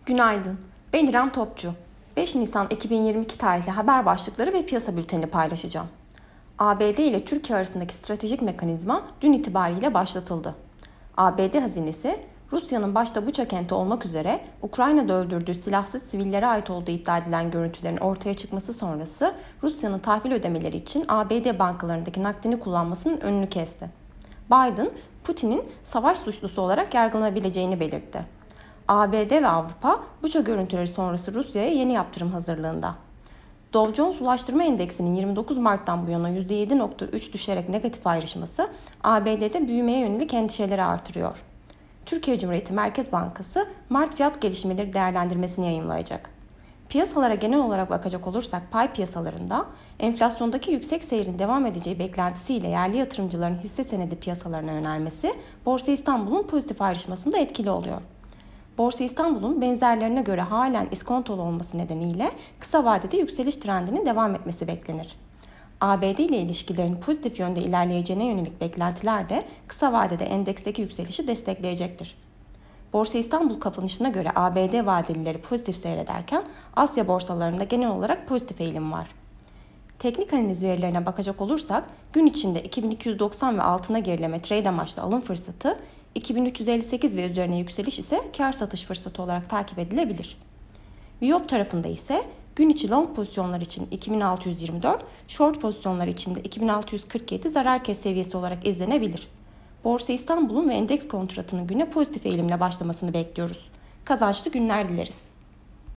Günaydın. Ben İrem Topçu. 5 Nisan 2022 tarihli haber başlıkları ve piyasa bülteni paylaşacağım. ABD ile Türkiye arasındaki stratejik mekanizma dün itibariyle başlatıldı. ABD hazinesi, Rusya'nın başta Buça kenti olmak üzere Ukrayna'da öldürdüğü silahsız sivillere ait olduğu iddia edilen görüntülerin ortaya çıkması sonrası Rusya'nın tahvil ödemeleri için ABD bankalarındaki nakdini kullanmasının önünü kesti. Biden, Putin'in savaş suçlusu olarak yargılanabileceğini belirtti. ABD ve Avrupa Buça görüntüleri sonrası Rusya'ya yeni yaptırım hazırlığında. Dow Jones Ulaştırma Endeksinin 29 Mart'tan bu yana %7.3 düşerek negatif ayrışması ABD'de büyümeye yönelik endişeleri artırıyor. Türkiye Cumhuriyeti Merkez Bankası Mart fiyat gelişmeleri değerlendirmesini yayımlayacak. Piyasalara genel olarak bakacak olursak pay piyasalarında enflasyondaki yüksek seyrin devam edeceği beklentisiyle yerli yatırımcıların hisse senedi piyasalarına yönelmesi Borsa İstanbul'un pozitif ayrışmasında etkili oluyor. Borsa İstanbul'un benzerlerine göre halen iskontolu olması nedeniyle kısa vadede yükseliş trendinin devam etmesi beklenir. ABD ile ilişkilerin pozitif yönde ilerleyeceğine yönelik beklentiler de kısa vadede endeksteki yükselişi destekleyecektir. Borsa İstanbul kapanışına göre ABD vadelileri pozitif seyrederken Asya borsalarında genel olarak pozitif eğilim var. Teknik analiz verilerine bakacak olursak gün içinde 2290 ve altına gerileme trade amaçlı alım fırsatı, 2358 ve üzerine yükseliş ise kar satış fırsatı olarak takip edilebilir. Viyop tarafında ise gün içi long pozisyonlar için 2624, short pozisyonlar için de 2647 zarar kes seviyesi olarak izlenebilir. Borsa İstanbul'un ve endeks kontratının güne pozitif eğilimle başlamasını bekliyoruz. Kazançlı günler dileriz.